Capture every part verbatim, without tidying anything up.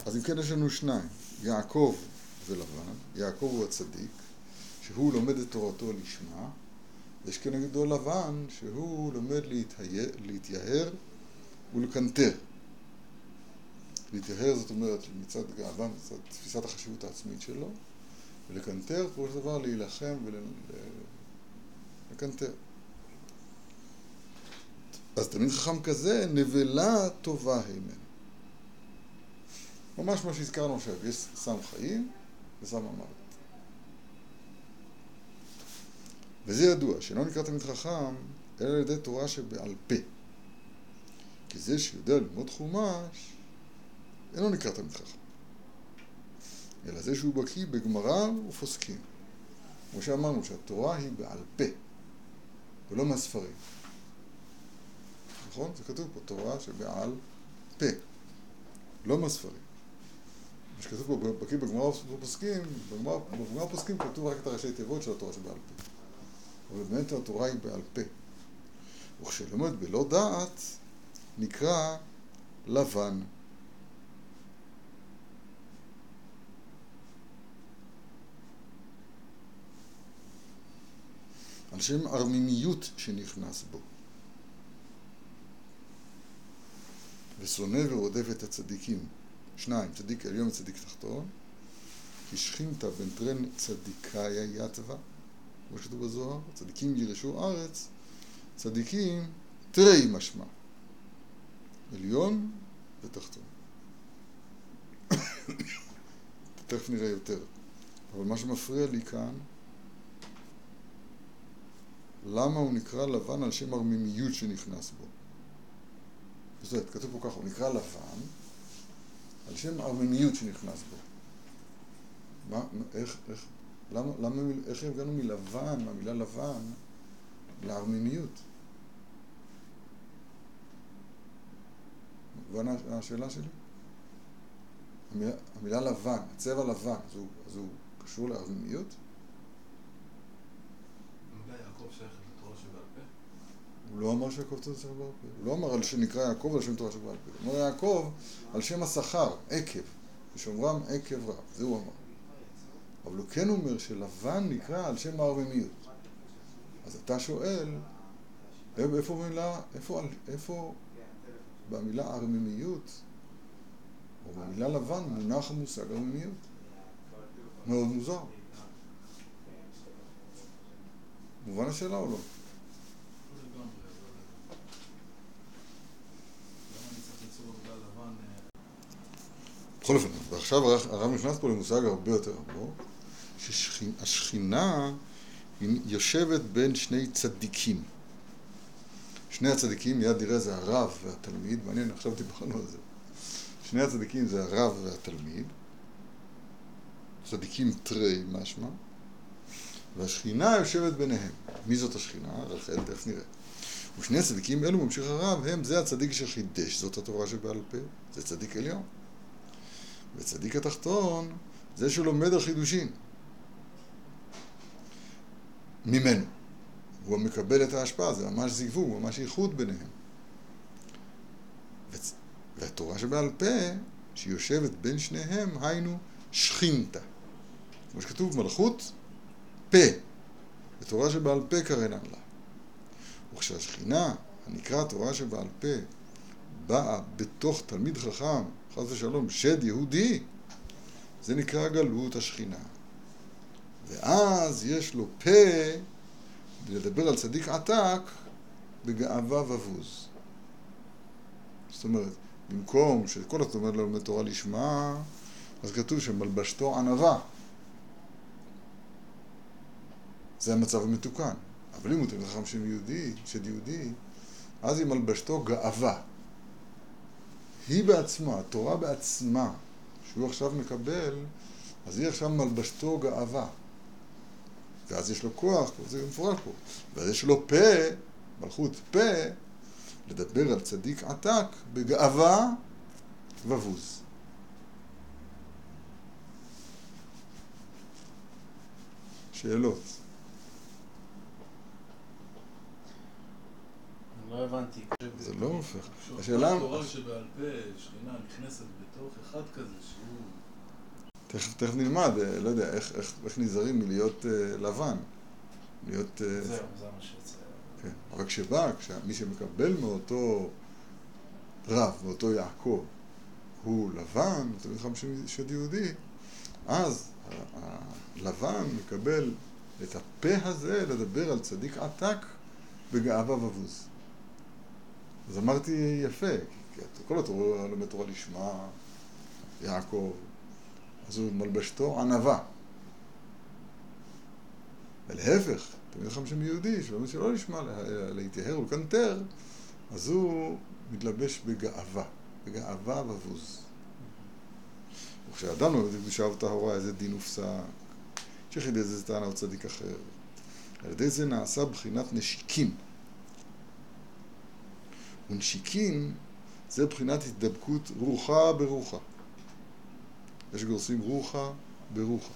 אז אם כן יש לנו שניים, יעקב ולבן. יעקב הוא הצדיק, שהוא לומד את תורתו לשמה, ויש כנגדו לבן, שהוא לומד להתהיר, להתייהר ולקנטר. להתייהר זאת אומרת מצד גאווה, מצד תפיסת החשיבות העצמית שלו, ולקנטר, כמו של דבר, להילחם ולקנטר. אז תלמיד חכם כזה, נבלה טובה הימן. ממש מה שהזכרנו עכשיו, יש סם חיים וסם המוות. וזה ידוע, שלא נקרא תלמיד חכם, אלא על ידי תורה שבעל פה. כי זה שיודע ללמוד חומש, אינו נקרא תלמיד חכם. אלא זה שהוא בקיא בגמרא ופוסקים. כמו שאמרנו, שהתורה היא בעל פה, ולא מהספרים. נכון? זה כתוב פה, תורה שבעל פה, לא מהספרים. מה שכתוב פה, בקיא בגמרא ופוסקים, בגמרא ופוסקים כתוב רק את הראשי תיבות של התורה שבעל פה. אבל באמת התורה היא בעל פה. וכשלומד בלא דעת, נקרא לבן. על שם ארמימיות שנכנס בו. ושונא ורודף את הצדיקים. שניים, צדיק עליון וצדיק תחתון. כי שכינתה בין טרן צדיקאיה יתווה. כמו שכתוב בזוהר, צדיקים ירשו ארץ, צדיקים תרי משמע. עליון ותחתון. תכף נראה יותר. אבל מה שמפריע לי כאן, למה הוא נקרא לבן על שם ארמימיות שנכנס בו? זאת אומרת, כתוב פה ככה, הוא נקרא לבן על שם ארמימיות שנכנס בו. מה, איך, איך, למה, למה, איך הגענו מלבן, מהמילה לבן, לארמימיות? הבנה השאלה שלי? המילה, המילה לבן, הצבע לבן, אז הוא, אז הוא קשור לארמימיות? הוא לא אמר שיעקב תורה שבעל פה. הוא לא אמר על שנקרא יעקב על שם תורה שבעל פה. הוא אמר יעקב על שם השכר, עקב. ושומרם עקב רב. זה הוא אמר. אבל הוא כן אומר שלבן נקרא על שם הארמימיות. אז אתה שואל, איפה במילה, איפה, איפה במילה ארמימיות, או במילה לבן, מונח המושג ארמימיות? מאוד מוזר. מובן השאלה או לא? בכל אופן, ועכשיו הרב נכנס פה למושג הרבה יותר עמוק, שהשכינה יושבת בין שני צדיקים. שני הצדיקים, מיד נראה זה הרב והתלמיד, מעניין, עכשיו דיברנו על זה. שני הצדיקים זה הרב והתלמיד, צדיקים תרי משמע, והשכינה יושבת ביניהם. מי זאת השכינה? רחל, תכף נראה. ושני הצדיקים אלו, ממשיך הרב, הם זה הצדיק שחידש, זאת התורה שבעל פה, זה צדיק עליון. וצדיק התחתון, זה שלומד החידושים. ממנו. הוא מקבל את ההשפעה, זה ממש זיווג, ממש ייחוד ביניהם. וצ... והתורה שבעל פה, שהיא יושבת בין שניהם, היינו שכינתה. כמו שכתוב, מלכות פה. ותורה שבעל פה קרנן לה. וכשהשכינה, הנקרא תורה שבעל פה, באה בתוך תלמיד חכם, חס ושלום, שד יהודי, זה נקרא גלות השכינה. ואז יש לו פה לדבר על צדיק עתק בגאווה ובוז. זאת אומרת, במקום שכל זאת אומרת ללמד תורה לשמה, אז כתוב שמלבשתו ענווה. זה המצב המתוקן. אבל אם הוא תלמיד חכם שם יהודי, שד יהודי, אז היא מלבשתו גאווה. היא בעצמה, התורה בעצמה, שהוא עכשיו מקבל, אז היא עכשיו מלבשתו גאווה. ואז יש לו כוח, זה מפורש פה. ואז יש לו פה, מלכות פה, לדבר על צדיק עתק בגאווה ובוז. שאלות. אני לא הבנתי. זה לא הופך. השאלה... התורה שבעל פה, שכינה נכנסת בתוך אחד כזה שהוא... תכף, תכף נלמד, לא יודע, איך, איך, איך נזהרים מלהיות uh, לבן. להיות... Uh, זהו, זה מה שיוצא. כן, אבל כשבא, כשמי שמקבל מאותו רב, מאותו יעקב, הוא לבן, תלמיד חמישים של יהודי, אז הלבן מקבל את הפה הזה לדבר על צדיק עתק בגאווה ובוז. אז אמרתי יפה, כי כל התורה לומד תורה לשמה, יעקב, אז הוא מלבשתו ענווה. ולהפך, תלמיד חמישים יהודי, שלומד שלא לשמה, להתייהר ולקנטר, אז הוא מתלבש בגאווה, בגאווה ובוז. וכשאדם לומד בקדושה וטהרה, איזה דין ופסק, שחיד איזה טענה או צדיק אחר. על ידי זה נעשה בחינת נשיקין. ונשיקין זה בחינת התדבקות רוחה ברוחה. יש גורסים רוחה ברוחה.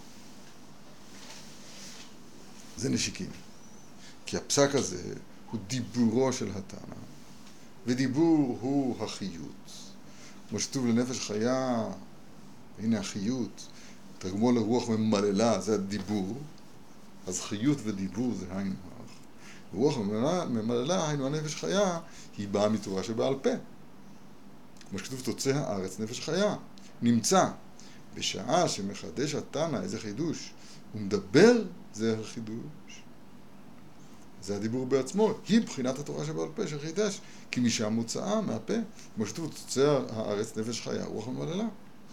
זה נשיקין. כי הפסק הזה הוא דיבורו של התנא, ודיבור הוא החיות. כמו שכתוב לנפש חיה, הנה החיות, תרגמו לרוח ממללה, זה הדיבור, אז חיות ודיבור זה היינו הך. רוח ממללה, ממללה, היינו הנפש חיה, היא באה מתורה שבעל פה. כמו שכתוב תוצא הארץ נפש חיה, נמצא. בשעה שמחדש התנא איזה חידוש, הוא מדבר, זה החידוש. זה הדיבור בעצמו, היא בחינת התורה שבעל פה שחידש, כי משם מוצאה מהפה, כמו שכתוב תוצא הארץ נפש חיה, רוח ממללה.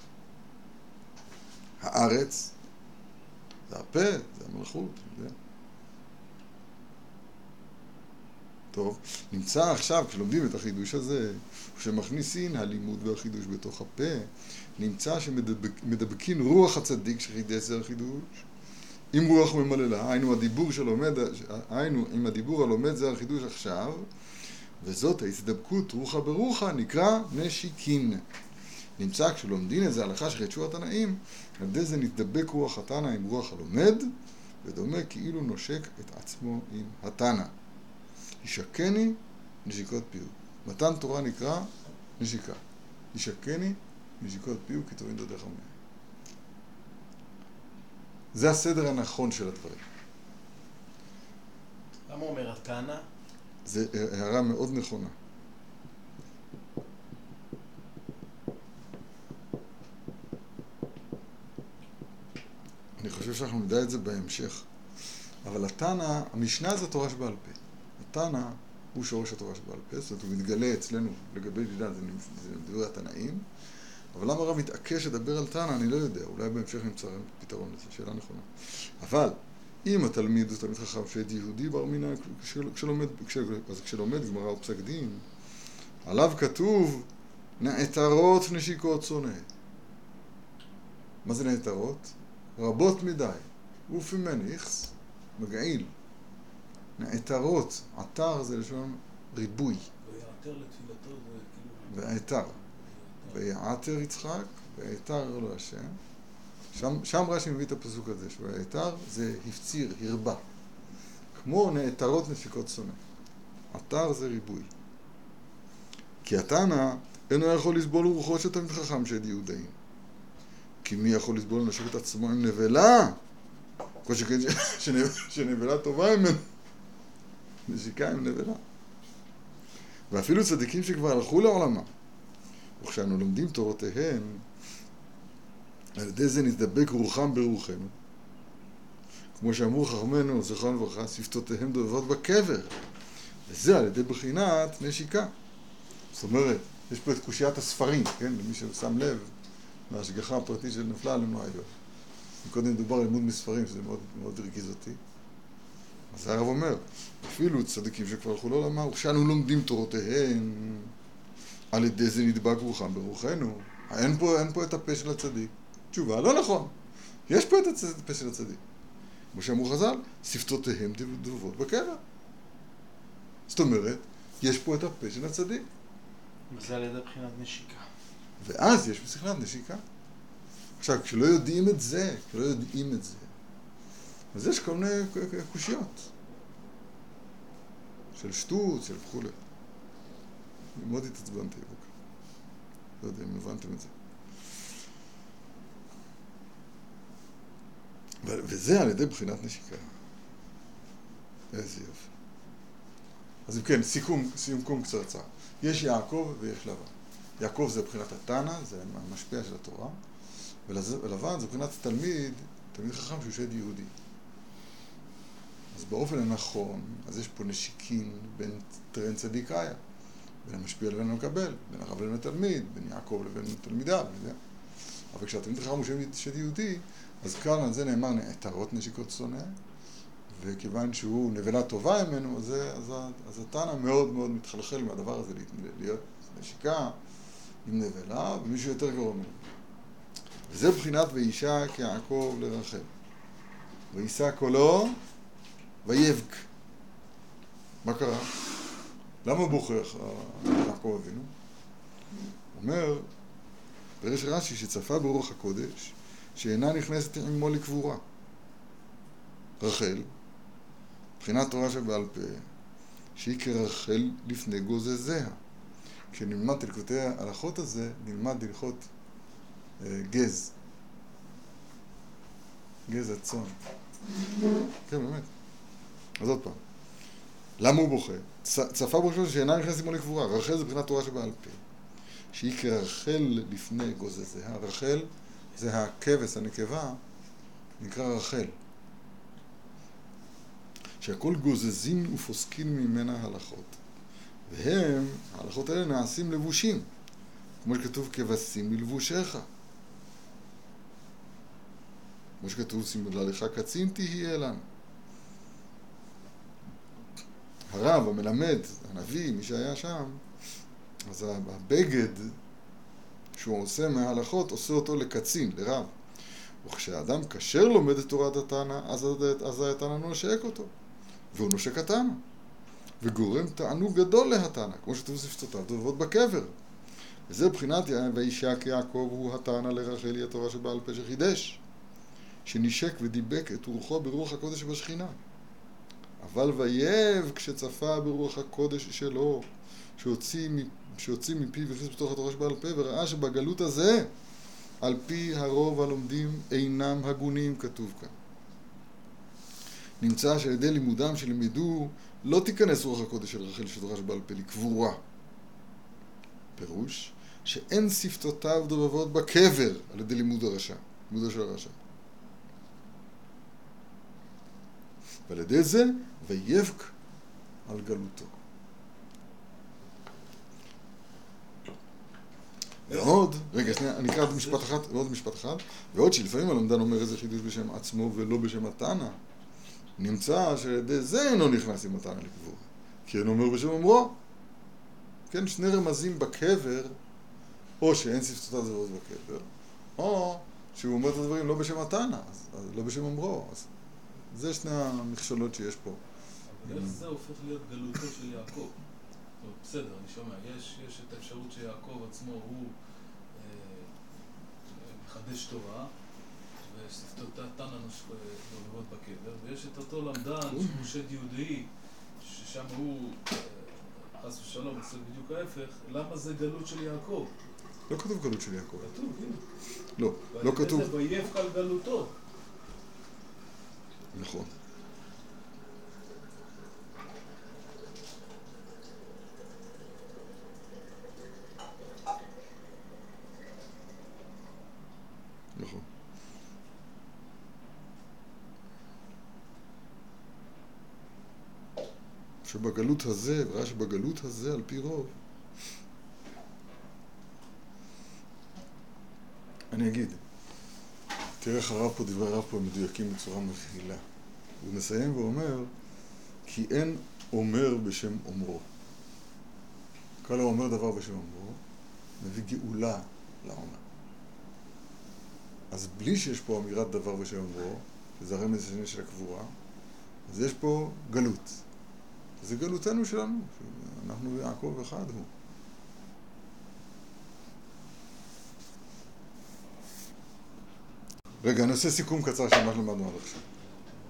הארץ, זה הפה, זה המלכות, זה. טוב, נמצא עכשיו, כשלומדים את החידוש הזה, כשמכניסים הלימוד והחידוש בתוך הפה, נמצא שמדבקין רוח הצדיק שחידש זה החידוש, עם רוח ממללה, היינו הדיבור שלומד, היינו עם הדיבור הלומד זה החידוש עכשיו, וזאת ההתדבקות רוחה ברוחה נקרא נשיקין. נמצא כשלומדים את זה הלכה שחידשו התנאים, על ידי זה נתדבק רוח התנא עם רוח הלומד, ודומה כאילו נושק את עצמו עם התנא. ישקני נשיקות פיו. מתן תורה נקרא נשיקה. ישקני נשיקות פיו כי תוריד דודך מהם. זה הסדר הנכון של הדברים. למה אומר התנא? זה הערה מאוד נכונה. אני חושב שאנחנו נדע את זה בהמשך. אבל התנא, המשנה זה תורה שבעל פה. התנא הוא שורש התורה שבעל פה, זאת אומרת הוא מתגלה אצלנו לגבי דידה, זה דברי התנאים. אבל למה הרב מתעקש לדבר על תנא, אני לא יודע, אולי בהמשך נמצא פתרון לזה, שאלה נכונה. אבל אם התלמיד הוא תלמיד חכם שעד יהודי בר מינן, כשלומד, אז כשלומד גמרא או פסק דין, עליו כתוב נעתרות נשיקות שונא. מה זה נעתרות? רבות מדי, ופמניחס, מגעיל. נעתרות, עתר זה לשון ריבוי. ויעתר לתפילתו זה כאילו... ועתר. ויעתר יצחק, ועתר לו השם. שם, שם רש"י מביא את הפסוק הזה, שעתר זה הפציר, הרבה. כמו נעתרות נשיקות שונא. עתר זה ריבוי. כי התנא אינו יכול לסבול רוחות של תלמיד חכם שעד יהודאים. כי מי יכול לסבול לנשק את עצמו עם נבלה? כל שכן שנבלה טובה ממנו. נשיקה עם נבלה. ואפילו צדיקים שכבר הלכו לעולמם. וכשאנו לומדים תורותיהם, על ידי זה נתדבק רוחם ברוחנו. כמו שאמרו חכמינו, זכרם לברכה, שפתותיהם דובבות בקבר. וזה על ידי בחינת נשיקה. זאת אומרת, יש פה את קושיית הספרים, כן? למי ששם לב, מההשגחה הפרטית של נפלה עלינו היום. קודם דובר על לימוד מספרים, שזה מאוד, מאוד הרגיז אותי. אז הרב אומר, אפילו צדיקים שכבר הלכו לעולמם, וכשאנו לומדים תורותיהם, על ידי זה נדבק רוחם ברוחנו. אין פה, אין פה את הפה של הצדיק. תשובה, לא נכון. יש פה את הפה של הצדיק. כמו שאמרו חז"ל, שפתותיהם דובבות בקבר. זאת אומרת, יש פה את הפה של הצדיק. וזה על ידי בחינת נשיקה. ואז יש בחינת נשיקה. עכשיו, כשלא יודעים את זה, כשלא יודעים את זה, אז יש כל מיני קושיות. של שטות, של וכו'. מאוד התעצבנתי הבוקר. לא יודע אם הבנתם את זה. וזה על ידי בחינת נשיקה. איזה יופי. אז אם כן, סיכום, סיכום קצרצר. יש יעקב ויש לבן. יעקב זה בחינת התנא, זה המשפיע של התורה, ולבן זה בחינת תלמיד, תלמיד חכם שהוא שד יהודי. אז באופן הנכון, אז יש פה נשיקין בין טרן צדיקאיה, בין המשפיע לבין המקבל, בין הרב לבין התלמיד, בין יעקב לבין תלמידיו, אבל כשהתלמיד חכם הוא שד יהודי, אז כאן על זה נאמר נעתרות נשיקות שונא, וכיוון שהוא נבלה טובה ממנו, אז, אז, אז התנא מאוד מאוד מתחלחל מהדבר הזה, להיות נשיקה עם נבלה, ומישהו יותר גרוע ממנו. וזה בחינת וישק יעקב לרחל. וישא קולו ויבק. מה קרה? למה בוכה יעקב אבינו? הוא אומר, בראש רש"י שצפה ברוח הקודש, שאינה נכנסת עמו לקבורה. רחל, בחינת תורה שבעל פה, שהיא כרחל לפני גוזזיה. כשנלמד תלכותי ההלכות הזה, נלמד הלכות אה, גז. גז הצאן. כן, באמת. אז עוד פעם. למה הוא בוכה? צפה בראשו שאינה נכנסת עמו לקבורה. רחל זה בחינת תורה שבעל פה, שהיא כרחל לפני גוזזיה. רחל זה הכבש, הנקבה, נקרא רחל. שהכל גוזזים ופוסקים ממנה הלכות. והם, ההלכות האלה נעשים לבושים. כמו שכתוב, כבשים מלבושיך. כמו שכתוב, שימולה לך קצין תהיה לנו. הרב, המלמד, הנביא, מי שהיה שם, אז הבגד שהוא עושה מההלכות, עושה אותו לקצין, לרב. וכשאדם כאשר לומד את תורת התנא, אז, אז התנא נושק אותו. והוא נושק התנא. וגורם תענוג גדול להתנא, כמו שכתוב שפתותיו דובבות בקבר. וזה בחינת וישק יעקב הוא התנא לרחל היא התורה שבעל פה שחידש, שנשק ודיבק את רוחו ברוח הקודש שבשכינה. אבל וייב כשצפה ברוח הקודש שלו, שהוציא, שהוציא מפיו והכניס בתוך התורה שבעל פה, וראה שבגלות הזה, על פי הרוב הלומדים אינם הגונים, כתוב כאן. נמצא שעל ידי לימודם שלימדו, לא תיכנס רוח הקודש של רחל של תורה שבעל פה לקבורה. פירוש, שאין שפתותיו דובבות בקבר על ידי לימוד הרשע, לימודו של הרשע. ועל ידי זה, ויבק על גלותו. ועוד, רגע, שנייה, אני אקרא עוד משפט אחד, ועוד משפט אחד, ועוד שלפעמים הלמדן אומר איזה חידוש בשם עצמו ולא בשם התנא, נמצא שעל ידי זה אינו נכנס עם התנא לקבורה, כי אינו אומר בשם אומרו. כן, שני רמזים בקבר, או שאין שפתותיו דובבות בקבר, או שהוא אומר את הדברים לא בשם התנא, אז, אז לא בשם אומרו. אז זה שני המכשולות שיש פה. אבל איך זה הופך להיות גלותו של יעקב? טוב, בסדר, אני שומע. יש, יש את האפשרות שיעקב עצמו הוא אה, מחדש תורה, ושפתותיו תנא דובבות בקבר, ויש את אותו למדן שהוא שד יהודי, ששם הוא אה, חס ושלום עושה בדיוק ההפך. למה זה גלות של יעקב? לא כתוב גלות של יעקב. כתוב, כן. לא, לא כתוב. וזה ויבק על גלותו. נכון. נכון. שבגלות הזה, ראה שבגלות הזה על פי רוב, אני אגיד, תראה איך הרב פה, דברי הרב פה הם מדויקים בצורה מבחילה. הוא מסיים ואומר, כי אין אומר בשם אומרו. כל האומר דבר בשם אומרו, מביא גאולה לעונה. אז בלי שיש פה אמירת דבר בשם אומרו, שזה הרמז השני של הקבורה, אז יש פה גלות. זה גלותנו שלנו, אנחנו יעקב אחד הוא. רגע, אני עושה סיכום קצר של מה שלמדנו עד עכשיו.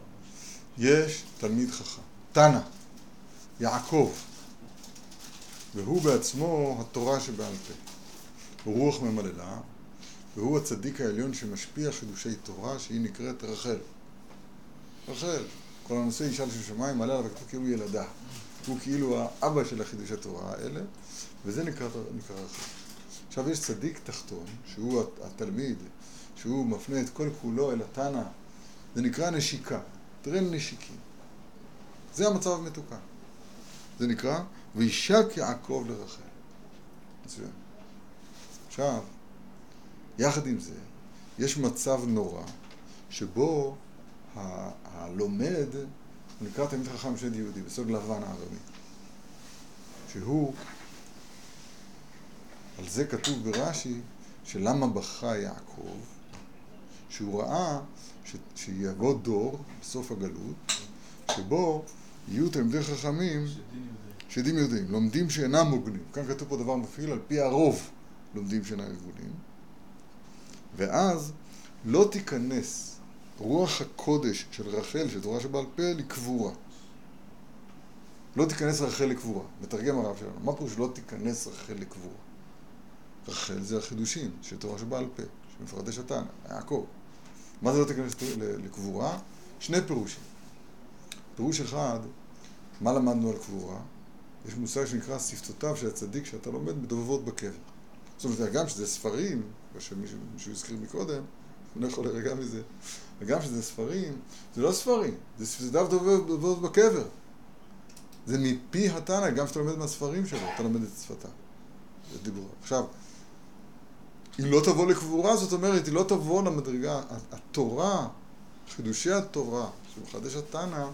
יש תלמיד חכם, תנא, יעקב, והוא בעצמו התורה שבעל פה. הוא רוח ממללה, והוא הצדיק העליון שמשפיע חידושי תורה שהיא נקראת רחל. רחל, כל הנושא אישה לשם שמיים מעלה עליו וכתוב כאילו ילדה. הוא כאילו האבא של החידושי התורה האלה, וזה נקרא, נקרא רחל. עכשיו יש צדיק תחתון, שהוא התלמיד, שהוא מפנה את כל כולו אל התנא, זה נקרא נשיקה, תראה נשיקים. זה המצב המתוקן. זה נקרא, וישק יעקב לרחל. מצוין. עכשיו, יחד עם זה, יש מצב נורא, שבו ה- הלומד, הוא נקרא תלמיד חכם שד יהודי, בסוג לבן הארמי, שהוא, על זה כתוב ברש"י, שלמה בכה יעקב, שהוא ראה ש- שיבוא דור בסוף הגלות, שבו יהיו תלמידי חכמים שדים יהודים, לומדים שאינם מוגנים. כאן כתוב פה דבר מפעיל, על פי הרוב לומדים שאינם מוגנים. ואז לא תיכנס רוח הקודש של רחל, של תורה שבעל פה, לקבורה. לא תיכנס רחל לקבורה. מתרגם הרב שלנו. מה פירוש לא תיכנס רחל לקבורה? רחל זה החידושים של תורה שבעל פה, שמפרדש התנא, יעקב. מה זה לא תיכנס לקבורה? שני פירושים. פירוש אחד, מה למדנו על קבורה? יש מושג שנקרא שפתותיו של הצדיק שאתה לומד מדובבות בקבר. זאת אומרת, גם שזה ספרים, שמישהו הזכיר מקודם, אני לא יכול לרגע מזה, וגם שזה ספרים, זה לא ספרים, זה שפתותיו דובבות בקבר. זה מפי התנא, גם שאתה לומד מהספרים שלו, אתה לומד את שפתיו. זה דיבור. עכשיו, אם לא תבוא לקבורה, זאת אומרת, היא לא תבוא למדרגה, התורה, חידושי התורה, שמחדש התנא,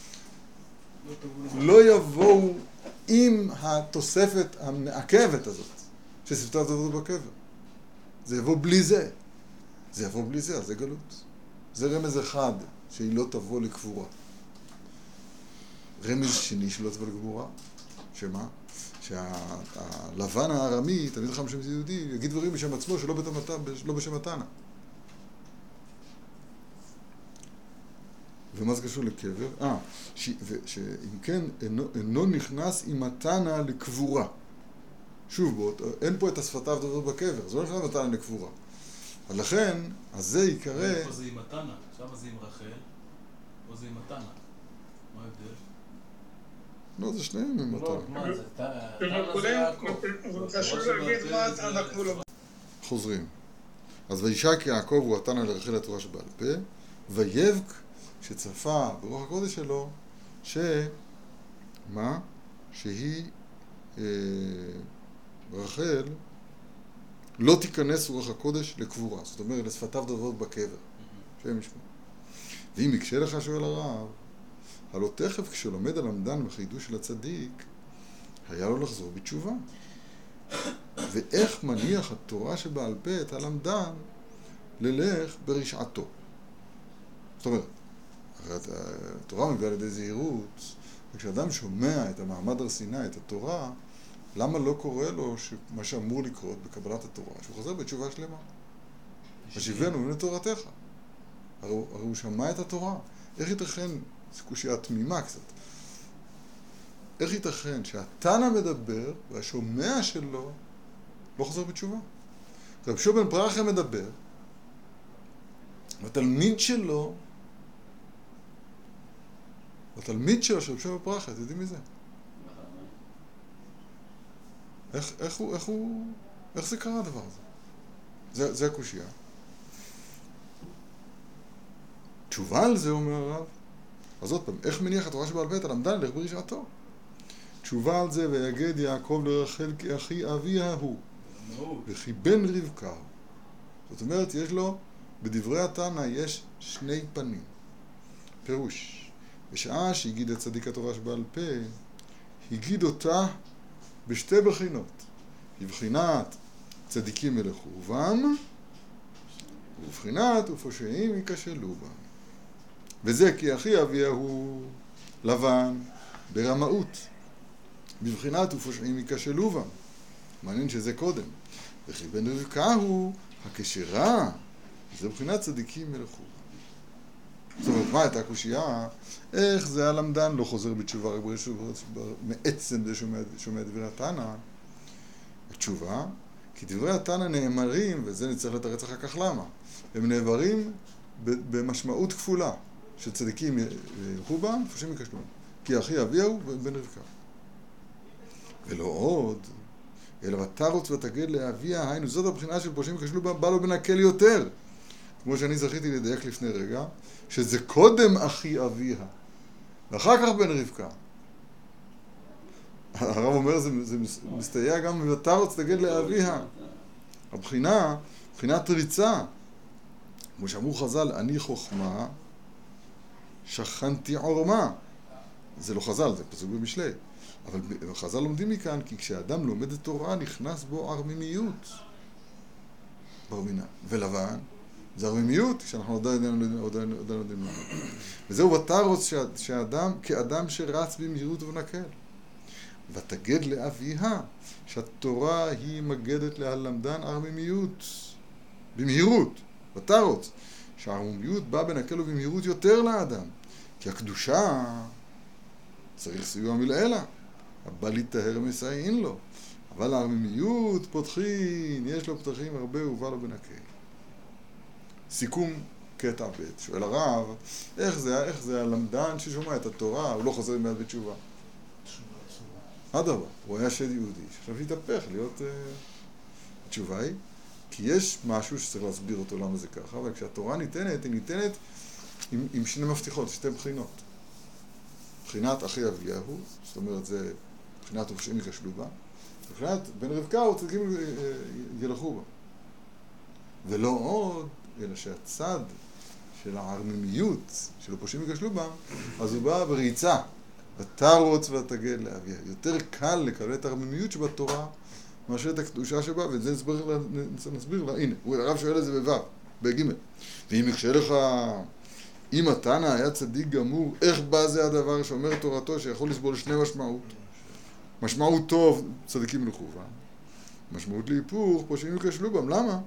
לא יבואו עם התוספת המעכבת הזאת, ששפתיו דובבות בקבר. זה יבוא בלי זה. זה יבוא בלי זה, אז זה גלות. זה רמז אחד, שהיא לא תבוא לקבורה. רמז שני שלא תבוא לקבורה, שמה? שהלבן הארמי, תלמיד חכם שם יהודי, יגיד דברים בשם עצמו שלא לא בשם התנא. ומה זה קשור לקבר? אה, שאם כן, אינו, אינו נכנס עם התנא לקבורה. שוב, בוא, אין פה את השפתיו דובבות בקבר, זה לא נכנס עם התנא לקבורה. אז לכן, אז זה יקרא... פה זה עם התנא, שם זה עם רחל, פה זה עם התנא. מה ההבדל? לא, זה שניהם עם התנא. מה זה? תנא זה יעקב. זה חשוב להגיד מה אנחנו לא... חוזרים. אז וישק יעקב הוא התנא לרחל התורה שבעל פה, ויבק שצפה ברוח הקודש שלו, ש... מה? שהיא, אה, רחל, לא תיכנס רוח הקודש לקבורה. זאת אומרת, לשפתיו דובבות בקבר. שהם ישמעו. ואם יקשה לך, שואל הרב, הלא תכף כשלומד הלמדן בחידוש של הצדיק, היה לו לחזור בתשובה. ואיך מניח התורה שבעל פה את הלמדן ללך ברשעתו. זאת אומרת, התורה מביאה לידי זהירות, וכשאדם שומע את המעמד הר סיני, את התורה, למה לא קורה לו מה שאמור לקרות בקבלת התורה? שהוא חוזר בתשובה שלמה. השיבנו מן תורתך. הרי הוא שמע את התורה. איך ייתכן, זו קושיה תמימה קצת, איך ייתכן שהתנא מדבר והשומע שלו לא חוזר בתשובה? רבי שוב בן פרחיה מדבר, והתלמיד שלו, התלמיד שלו של רבי שוב בן פרחיה, אתם יודעים מי זה? איך, איך הוא, איך הוא, איך זה קרה הדבר הזה? זה, זה הקושיה. תשובה על זה, אומר הרב, אז עוד פעם, איך מניח התורה שבעל פה את הלמדן ללך ברשעתו? תשובה על זה, ויגד יעקב לרחל כי אחי אביה הוא, וכי בן רבקה הוא. זאת אומרת, יש לו, בדברי התנא יש שני פנים. פירוש, בשעה שהגיד את צדיק התורה שבעל פה, הגיד אותה בשתי בחינות. בבחינת צדיקים ילכו בם, ובבחינת ופושעים ייכשלו בם. וזה כי אחי אביה הוא לבן ברמאות. בבחינת ופושעים ייכשלו בם. מעניין שזה קודם. וכי בן רבקה הוא הכשרה. זה בבחינת צדיקים ילכו בם. זאת אומרת, מה הייתה הקושייה? איך זה הלמדן לא חוזר בתשובה רק מעצם זה שומע דברי התנא? התשובה, כי דברי התנא נאמרים, וזה נצטרך לתרץ אחר כך למה, הם נאמרים במשמעות כפולה, שצדיקים ילכו בה, מפרשים יקשלו. כי אחי אביהו ובן רבקה. ולא עוד, אלא ותרוץ ותגד לאביה, היינו זאת הבחינה של פרשים יקשלו בה, בא לו בנקל יותר. כמו שאני זכיתי לדייק לפני רגע, שזה קודם אחי אביה, ואחר כך בן רבקה. הרב אומר, זה, זה מסתייע גם ותרוץ תגד לאביה. הבחינה, בחינת ריצה. כמו שאמרו חז"ל, אני חוכמה, שכנתי עורמה. זה לא חז"ל, זה פסוק במשלי. אבל חז"ל לומדים מכאן, כי כשאדם לומד את תורה, נכנס בו ערממיות. ברמינה. ולבן, זה ערממיות, שאנחנו עדיין יודעים למה. וזהו ותרוץ שהאדם, כאדם שרץ במהירות ונקל. ותגד לאביה, שהתורה היא מגדת להלמדן ערממיות. במהירות. ותרוץ. שהערממיות באה בנקל ובמהירות יותר לאדם. כי הקדושה צריך סיוע מלעילה. הבא להיטהר מסייעין לו. אבל הערממיות פותחין, יש לו פתחים הרבה ובא לו בנקל. סיכום קטע ב' שואל הרב, איך זה, איך זה הלמדן ששומע את התורה, הוא לא חוזר מיד בתשובה. אדרבה, הוא היה שד יהודי, עכשיו התהפך להיות... Uh, התשובה היא, כי יש משהו שצריך להסביר אותו למה זה ככה, אבל כשהתורה ניתנת, היא ניתנת עם, עם שני מפתיחות, שתי בחינות. בחינת אחי אביהו, זאת אומרת זה בחינת ופשעים יקשלו בה, בחינת בן רבקה וצדיקים ילכו בה. ולא עוד, אלא שהצד של הערממיות, של הפושעים יקשלו בה, אז הוא בא בריצה, ותרוץ ותגד לאביה. יותר קל לקבל את הערממיות שבתורה, מאשר את הקדושה שבה, ואת זה נסביר לה, נסביר לה. הנה, הרב שואל את זה בו', בג' ואם יקשה לך, אם התנא היה צדיק גמור, איך בא זה הדבר שאומר תורתו שיכול לסבול שני משמעות? משמעות טוב, צדיקים ילכו בה. משמעות להיפוך, פושעים יקשלו בם. למה?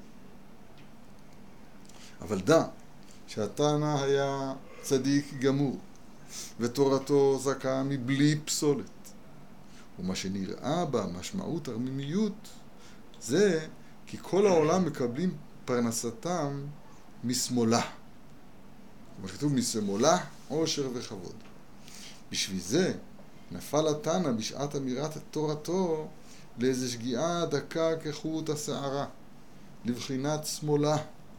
אבל דע שהתנא היה צדיק גמור, ותורתו זכה מבלי פסולת. ומה שנראה בה משמעות ערממיות זה כי כל העולם מקבלים פרנסתם משמאלה. כמו שכתוב, משמאלה עושר וכבוד. בשביל זה נפל התנא בשעת אמירת תורתו לאיזו שגיאה דקה כחוט השערה, לבחינת שמאלה.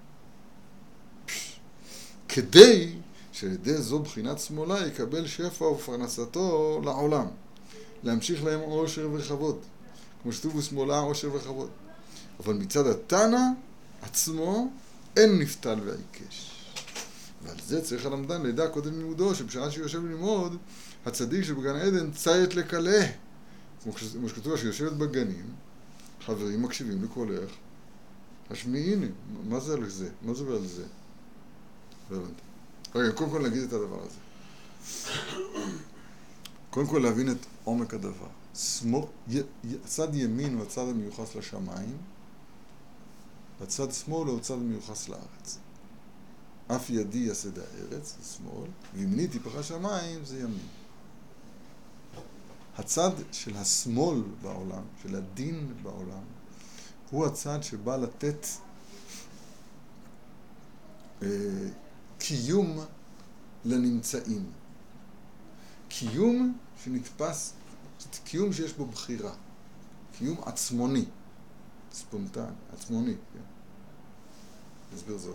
כדי שעל ידי זו בחינת שמאלה יקבל שפע ופרנסתו לעולם. להמשיך להם עושר וכבוד. כמו שכתוב בשמאלה עושר וכבוד. אבל מצד התנא עצמו אין נפתל ועיקש. ועל זה צריך הלמדן לידע קודם לימודו, שבשעה שיושב ללמוד, הצדיק שבגן עדן ציית לקלה. כמו שכתוב שיושבת בגנים, חברים מקשיבים לקולך, השמיעי, הנה, מה זה על זה? מה זה ועל זה? לא הבנתי. רגע, קודם כל נגיד את הדבר הזה. קודם כל להבין את עומק הדבר. שמאל, י, י, הצד ימין הוא הצד המיוחס לשמיים, והצד שמאל הוא הצד המיוחס לארץ. אף ידי יסד הארץ, זה שמאל, וימני טיפחה שמיים, זה ימין. הצד של השמאל בעולם, של הדין בעולם, הוא הצד שבא לתת אה, קיום לנמצאים. קיום שנתפס, קיום שיש בו בחירה. קיום עצמוני, ספונטני, עצמוני. כן? נסביר זאת.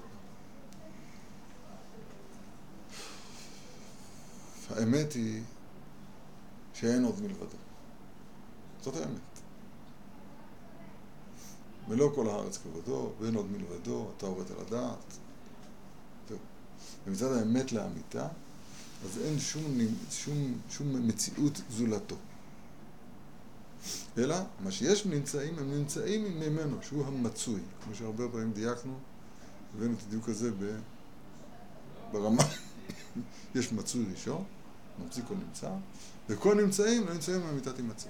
האמת היא שאין עוד מלבדו. זאת האמת. ולא כל הארץ כבודו, ואין עוד מלבדו, אתה עובד על הדעת. זהו. ומצד האמת לאמיתה, אז אין שום, שום, שום מציאות זולתו. אלא, מה שיש נמצאים, הם נמצאים ממנו, שהוא המצוי. כמו שהרבה פעמים דייקנו, הבאנו את הדיוק הזה ב... ברמה. יש מצוי ראשון, מצוי כל נמצא, וכל נמצאים, לא נמצאים מהמיתת הימצא.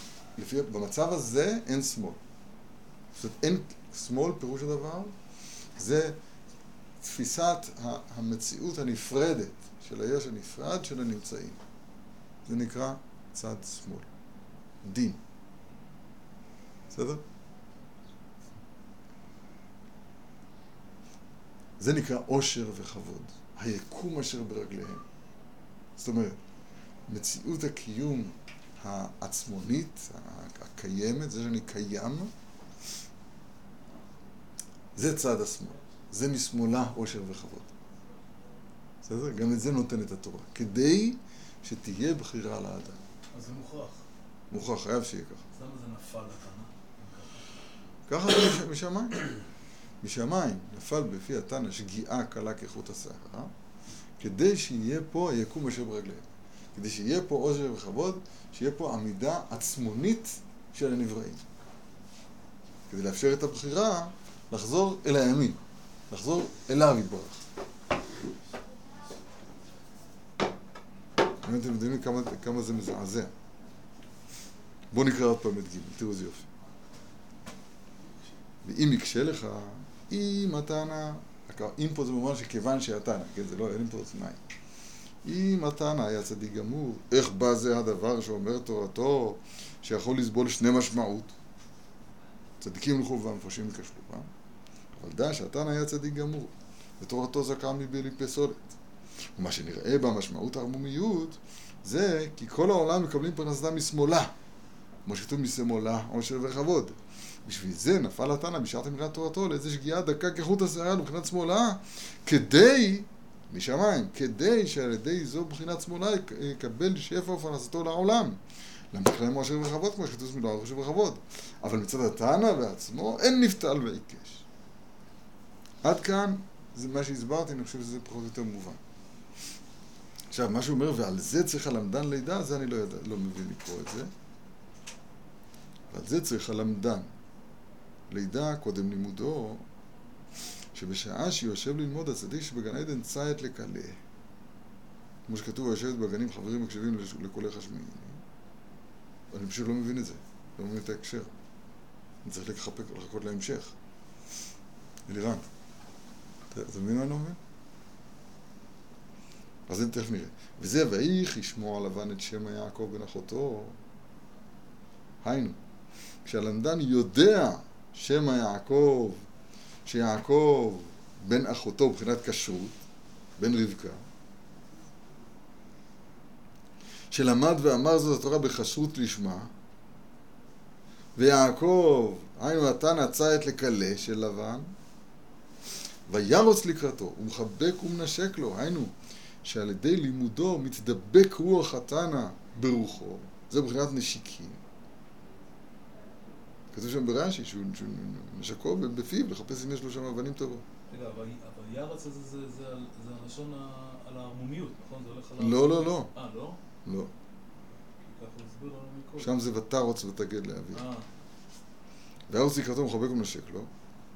לפי, במצב הזה אין שמאל. זאת אומרת, אין שמאל, פירוש הדבר, זה תפיסת המציאות הנפרדת של היש הנפרד של הנמצאים. זה נקרא צד שמאל. דין. בסדר? זה נקרא עושר וכבוד. היקום אשר ברגליהם. זאת אומרת, מציאות הקיום העצמונית, הקיימת, זה שאני קיים, זה צד השמאל. זה משמאלה עושר וכבוד. בסדר? גם את זה נותנת התורה. כדי שתהיה בחירה על האדם. אז זה מוכרח. מוכרח, חייב שיהיה ככה. אז למה זה נפל לתנא? ככה זה משמיים. משמיים נפל בפי התנא שגיאה קלה כחוט השערה, כדי שיהיה פה היקום אשר ברגליהם. כדי שיהיה פה עושר וכבוד, שיהיה פה עמידה עצמונית של הנבראים. כדי לאפשר את הבחירה, לחזור אל הימין, לחזור אליו יתברך. אם אתם יודעים כמה, כמה זה מזעזע. בואו נקרא עוד פעם את ג', תראו איזה יופי. ואם יקשה לך, אם התנא, אם פה זה ממש שכיוון שהתנא, כן, זה לא, אין פה אוזניים. אם התנא היה צדיק גמור, איך בא זה הדבר שאומר תורתו, שיכול לסבול שני משמעות? צדיקים ילכו והמפרשים יקשלו, אה? אבל דע שהתנא היה צדיק גמור, ותורתו זכה מבלי פסולת. ומה שנראה במשמעות הערמומיות, זה כי כל העולם מקבלים פרנסתם משמאלה, כמו שכתוב משמאלה, עושר וכבוד. בשביל זה נפל התנא בשעת אמירת תורתו לאיזו שגיאה דקה כחוט השערה לבחינת שמאלה, כדי, משמיים, כדי שעל ידי זו בחינת שמאלה יקבל שפע ופרנסתו לעולם. להמשיך להם עושר וכבוד, כמו שכתוב משמאלה עושר וכבוד. אבל מצד התנא בעצמו אין נפתל ועיקש. עד כאן זה מה שהסברתי, אני חושב שזה פחות או יותר מובן. עכשיו, מה שהוא אומר, ועל זה צריך הלמדן לידע, זה אני לא, יודע, לא מבין לקרוא את זה. ועל זה צריך הלמדן לידע קודם לימודו, שבשעה שיושב ללמוד הצדיק שבגן עדן ציית לקלה. כמו שכתוב, היושבת בגנים חברים מקשיבים לקולי חשמיים. אני פשוט לא מבין את זה, לא מבין את ההקשר. אני צריך לחפק, לחכות להמשך. אלירן, אתה, אתה מבין מה אני לא מבין? אז אני תכף נראה. וזה ואיך ישמוע לבן את שם יעקב בן אחותו. היינו, כשהלמדן יודע שם יעקב, שיעקב בן אחותו בחינת כשרות, בן רבקה, שלמד ואמר זאת התורה בכשרות לשמה, ויעקב, היינו התנא ציית לקלה של לבן, וירוץ לקראתו, ומחבק ומנשק לו, היינו, שעל ידי לימודו מתדבק רוח התנא ברוחו, זה בחינת נשיקים. כתוב שם ברש"י, שהוא נשקו בפיו, לחפש אם יש לו שם אבנים טובות. רגע, אבל ירץ הזה זה הלשון על הערמומיות, נכון? זה הולך על... לא, לא, לא. אה, לא? לא. כי ככה הוא הסביר לנו מכל. שם זה ותרוץ ותגד לאביו. אה. וירוץ לקראתו ומחבק ומנשק לו.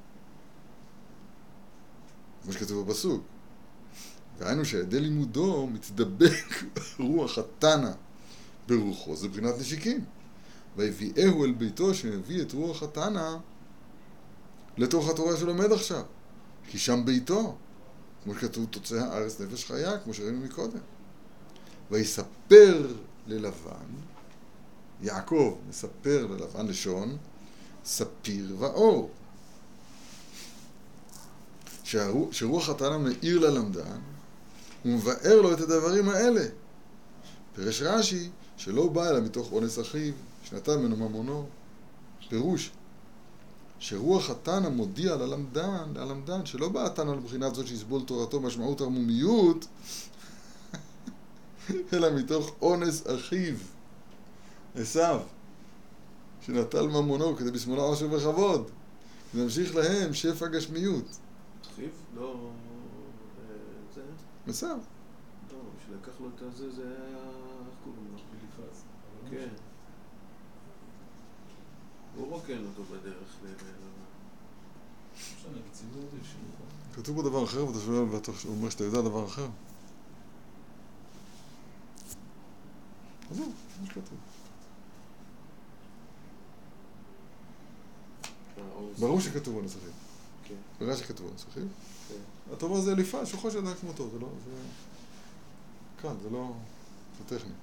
כמו שכתוב בפסוק. והיינו שעל ידי לימודו מתדבק רוח התנא ברוחו, זה בחינת נשיקים. ויביאהו אל ביתו שמביא את רוח התנא לתוך התורה שלומד עכשיו. כי שם ביתו, כמו שכתוב תוצא הארץ נפש חיה, כמו שראינו מקודם. ויספר ללבן, יעקב מספר ללבן לשון, ספיר ואור. שרוח התנא מאיר ללמדן, ומבאר לו את הדברים האלה. פירש רש"י שלא בא אלא מתוך אונס אחיו, שנתן ממנו ממונו. פירוש שרוח התנא מודיע ללמדן, ללמדן שלא בא התנא לבחינת זאת שיסבול תורתו משמעות ערמומיות, אלא מתוך אונס אחיו, עשיו, שנטל ממונו כדי בשמאלה עושר וכבוד, ונמשיך להם שפע גשמיות. אחיו? לא... זה? עשיו. לא, שלקח לו את הזה, זה היה... איך קוראים לו? אליפז. כן. הוא רוקן אותו בדרך ל... משנה, בציבור זה שהוא... כתוב פה דבר אחר, ואתה שואל, ואתה אומר שאתה יודע דבר אחר. אז זהו, מה שכתוב. ברור שכתוב אונס אחיו. ברש"י כתוב, צריכים? אתה אומר זה אליפז, שהוא חושב אדם כמותו, זה לא, זה... כאן, זה לא... זה טכני.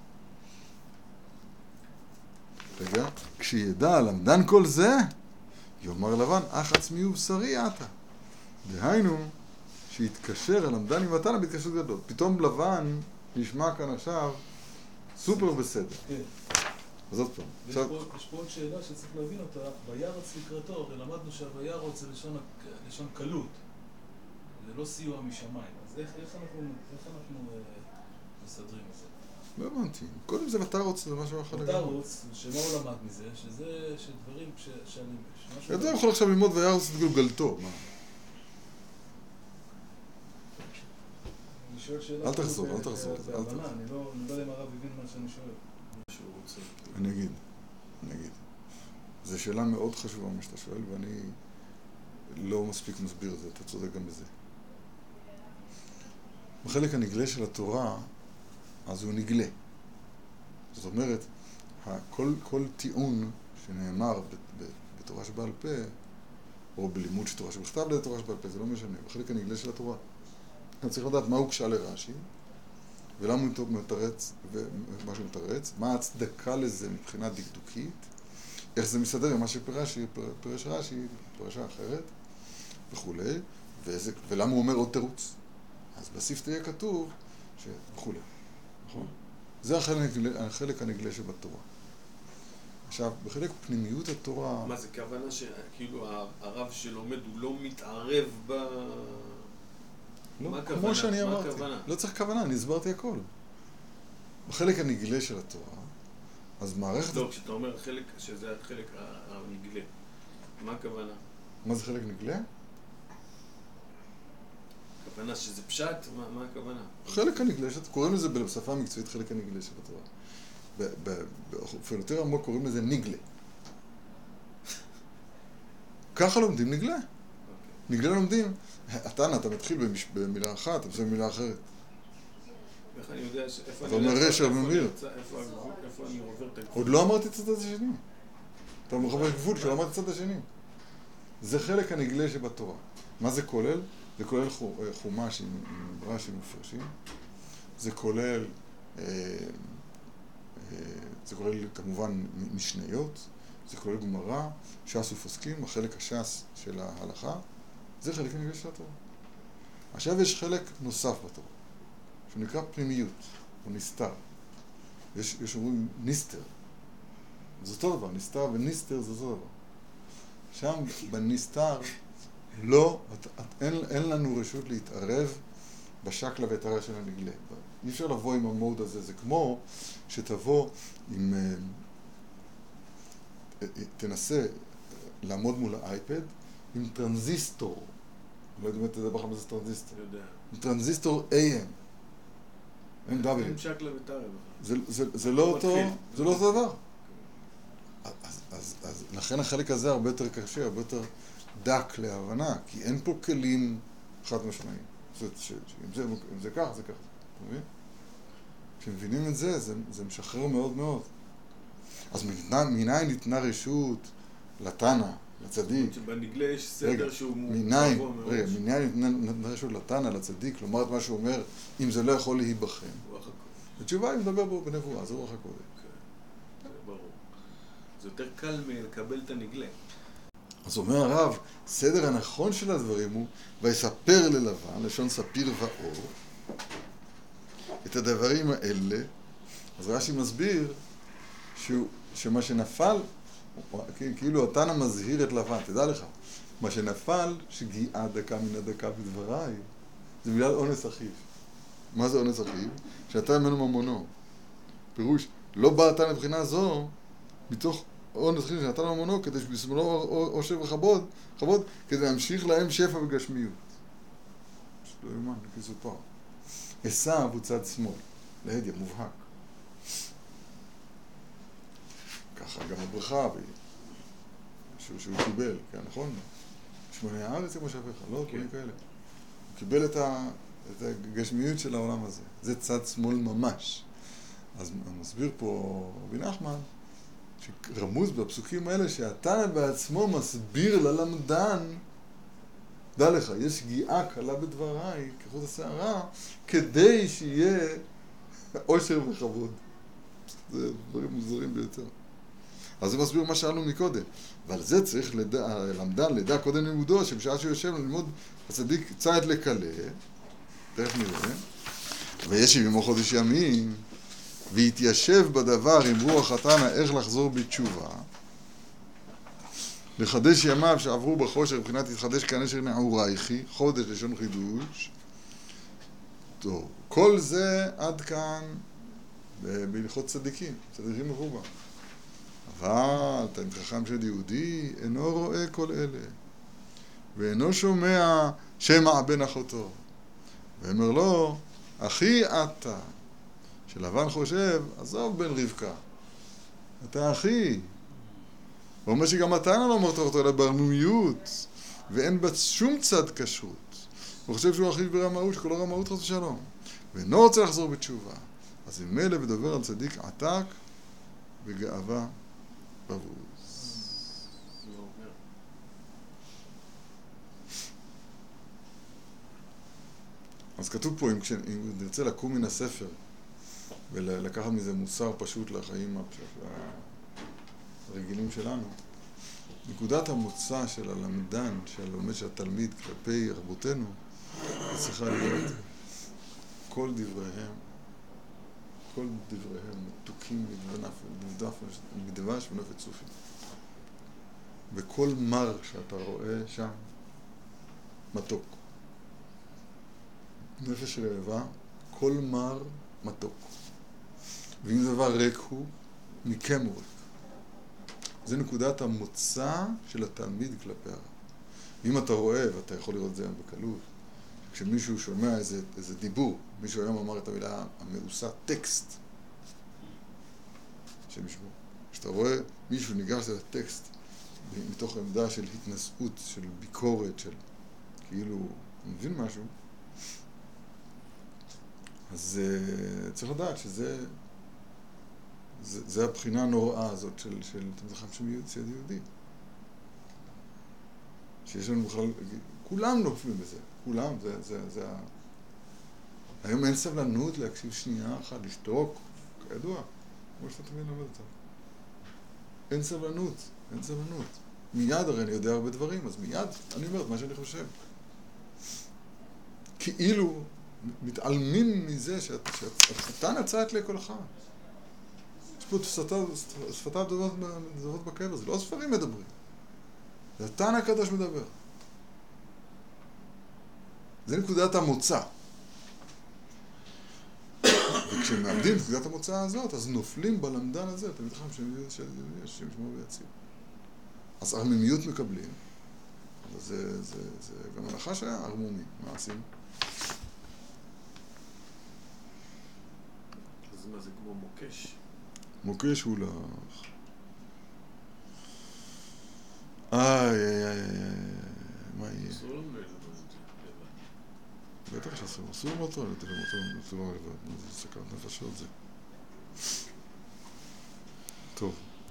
רגע, כשידע למדן כל זה, יאמר לבן, אך עצמי ובשרי אתה. דהיינו, שיתקשר הלמדן עם התנא בהתקשרות גדול. פתאום לבן נשמע כאן עכשיו סופר בסדר. כן. אז עוד פעם. יש פה עוד שאלה שצריך להבין אותה. וירוץ לקראתו, הרי למדנו שהוירוץ זה לשון קלות. זה לא סיוע משמיים. אז איך אנחנו מסדרים את זה? לא הבנתי. קודם זה ותרוץ, זה משהו אחר לגמרי. ותרוץ, שמה הוא למד מזה? שזה, שדברים, שאני... אתה יכול עכשיו ללמוד וירוץ את גולגלתו, מה? אל תחזור, אל תחזור. אני לא יודע אם הרב הבין מה שאני שואל. אני אגיד, אני אגיד. זו שאלה מאוד חשובה מה שאתה שואל, ואני לא מספיק מסביר את זה, אתה צודק גם בזה. בחלק הנגלה של התורה, אז הוא נגלה. זאת אומרת, כל, כל טיעון שנאמר בתורה שבעל פה, או בלימוד של תורה שבכתב לתורה שבעל פה, זה לא משנה, בחלק הנגלה של התורה. אני צריך לדעת מה הוקשה לרש"י, ולמה הוא מתרץ, ומה שהוא מתרץ, מה ההצדקה לזה מבחינה דקדוקית, איך זה מסתדר עם מה שפרש רש"י, פרשה אחרת, וכו', ואיזה, ולמה הוא אומר עוד תירוץ. אז בספר יהיה כתוב, וכו'. נכון? זה החלק, החלק הנגלה שבתורה. עכשיו, בחלק פנימיות התורה... מה זה כוונה שכאילו הרב שלומד הוא לא מתערב ב... לא, כמו שאני אמרתי. לא צריך כוונה, אני הסברתי הכל. בחלק הנגלה של התורה, אז מערכת... לא, כשאתה אומר חלק, שזה החלק הנגלה, מה הכוונה? מה זה חלק נגלה? הכוונה שזה פשט? מה, מה הכוונה? חלק הנגלה, קוראים לזה בשפה המקצועית חלק הנגלה של התורה. באופן יותר עמוק קוראים לזה נגלה. ככה לומדים נגלה. נגלה לומדים. התנא, אתה מתחיל במילה אחת, אתה מסיים במילה אחרת. איך אני יודע איפה אתה אומר רשע וממיר. איפה אני עובר את הגבול? עוד לא אמרתי את הצד השני. אתה מחבר גבול שלא אמרתי את הצד השני. זה חלק הנגלה שבתורה. מה זה כולל? זה כולל חומש עם רש"י מפרשים. זה כולל, זה כולל כמובן משניות. זה כולל גמרא, ש"ס ופוסקים, החלק הש"ס של ההלכה. זה חלק הנגלה של התורה. עכשיו יש חלק נוסף בתורה, שהוא נקרא פנימיות, או נסתר. יש, יש אומרים נסתר. זה אותו דבר, נסתר ונסתר זה אותו דבר. שם בנסתר לא, את, את, אין, אין לנו רשות להתערב בשקלא וטריא של הנגלה. אי אפשר לבוא עם המוד הזה, זה כמו שתבוא עם... תנסה לעמוד מול האייפד עם טרנזיסטור. לא יודע אם אתה יודע מה זה טרנזיסטור. יודע. עם טרנזיסטור איי אם. אין דאבל. אין שקלא וטריא. זה, זה, זה לא אותו, זה לא אותו דבר. אז, אז, אז לכן החלק הזה הרבה יותר קשה, הרבה יותר דק להבנה, כי אין פה כלים חד משמעיים. אם זה, אם זה כך, זה כך. אתה מבין? כשמבינים את זה, זה, זה משחרר מאוד מאוד. אז מניין ניתנה רשות לתנא, לצדיק. שבנגלה יש סדר שהוא מניין, רגע, מניין ניתנה רשות לתנא, לצדיק, כלומר את מה שהוא אומר, אם זה לא יכול להיבחן. התשובה היא מדבר בו בנבואה, זה רוח הקודש. זה ברור. זה יותר קל מלקבל את הנגלה. אז אומר הרב, סדר הנכון של הדברים הוא, ויספר ללבן, לשון ספיר ואור, את הדברים האלה. אז רש"י מסביר שהוא, שמה שנפל, כאילו התנא מזהיר את לבן, תדע לך, מה שנפל, שגיאה דקה מן הדקה בדבריי, זה בגלל אונס אחיו. מה זה אונס אחיו? שנתן ממנו ממונו. פירוש, לא בא התנא מבחינה זו, מתוך אונס אחיו שנתן ממונו, כדי שבשמאלו עושר וכבוד, כבוד, כדי להמשיך להם שפע וגשמיות. לא יאומן, כסופר. עשיו הוא צד שמאל, להדיא, מובהק. ככה גם הברכה, שהוא, שהוא קיבל, כן, נכון? שמוני הארץ כמו שאפיך, לא? דברים כאלה. הוא קיבל את, ה, את הגשמיות של העולם הזה. זה צד שמאל ממש. אז מסביר פה רבי נחמן, שרמוז בפסוקים האלה, שהתנא בעצמו מסביר ללמדן דע לך, יש שגיאה קלה בדבריי, כחוט השערה, כדי שיהיה עושר וכבוד. זה דברים מוזרים ביותר. אז זה מסביר מה שאלנו מקודם. ועל זה צריך לדע, למדן לדע קודם לימודו, שבשעה שהוא יושב ללמוד הצדיק צעד לקלה, תכף נראה, וישב עמו חודש ימים, והתיישב בדבר עם רוח התנא איך לחזור בתשובה, לחדש ימיו שעברו בחושך, מבחינת התחדש כנשר נעורייכי, חודש לשון חידוש. טוב, כל זה עד כאן בהלכות צדיקים, צדיקים מרובה. אבל תלמיד חכם של יהודי אינו רואה כל אלה, ואינו שומע שמע בן אחותו. ואומר לו, אחי אתה, שלבן חושב, עזוב בן רבקה, אתה אחי. הוא אומר שגם אתה לא אומר אותו אלא ברמומיות, ואין בה שום צד כשרות. הוא חושב שהוא אחיו ברמאות, שכל הרמאות חס ושלום. ואינו רוצה לחזור בתשובה. אז אם מלא ודובר על צדיק עתק, בגאווה בבוז. אז כתוב פה, אם, כש, אם נרצה לקום מן הספר, ולקחת מזה מוסר פשוט לחיים הרגילים שלנו, נקודת המוצא של הלמדן, של הלומד של התלמיד כלפי רבותינו, צריכה להיות כל דבריהם, כל דבריהם מתוקים מדבש ונפת צופים. וכל מר שאתה רואה שם, מתוק. נפש רעבה, כל מר מתוק. ואם דבר ריק הוא, מכם הוא ריק. זה נקודת המוצא של התלמיד כלפי הרב. אם אתה רואה, ואתה יכול לראות את זה בקלות, כשמישהו שומע איזה, איזה דיבור, מישהו היום אמר את המילה המאוסה, טקסט. שמשמעו. כשאתה רואה מישהו ניגש לטקסט מתוך עמדה של התנשאות, של ביקורת, של כאילו, הוא מבין משהו, אז uh, צריך לדעת שזה זה, זה הבחינה הנוראה הזאת של, של תלמיד חכם של יהודי. שיש לנו בכלל, כולם נופלים בזה, כולם, זה, זה, זה ה... היום אין סבלנות להקשיב שנייה אחת, לשתוק, כידוע, כמו שאתה תמיד לומד אותה. אין סבלנות, אין סבלנות. מיד, הרי אני יודע הרבה דברים, אז מיד אני אומר את מה שאני חושב. כאילו מתעלמים מזה שאתה נצאת לכל אחד. יש פה שפתיו דברות בקבר, זה לא הספרים מדברים. זה התנא הקדוש מדבר. זה נקודת המוצא. וכשמאבדים את נקודת המוצא הזאת, אז נופלים בלמדן הזה, תלמיד חכם שהשם ישמור ויציל. אז ערמומיות מקבלים, זה, זה, זה גם הנחש היה ערמומי. מה עושים? אז מה זה כמו מוקש? מוקש הוא לך. איי, איי, איי, איי, מה יהיה? אסור לנו ללמוד את זה. בטח שאסור, אסור אותו, לתת אותו, זה סכנת נפשות זה. טוב.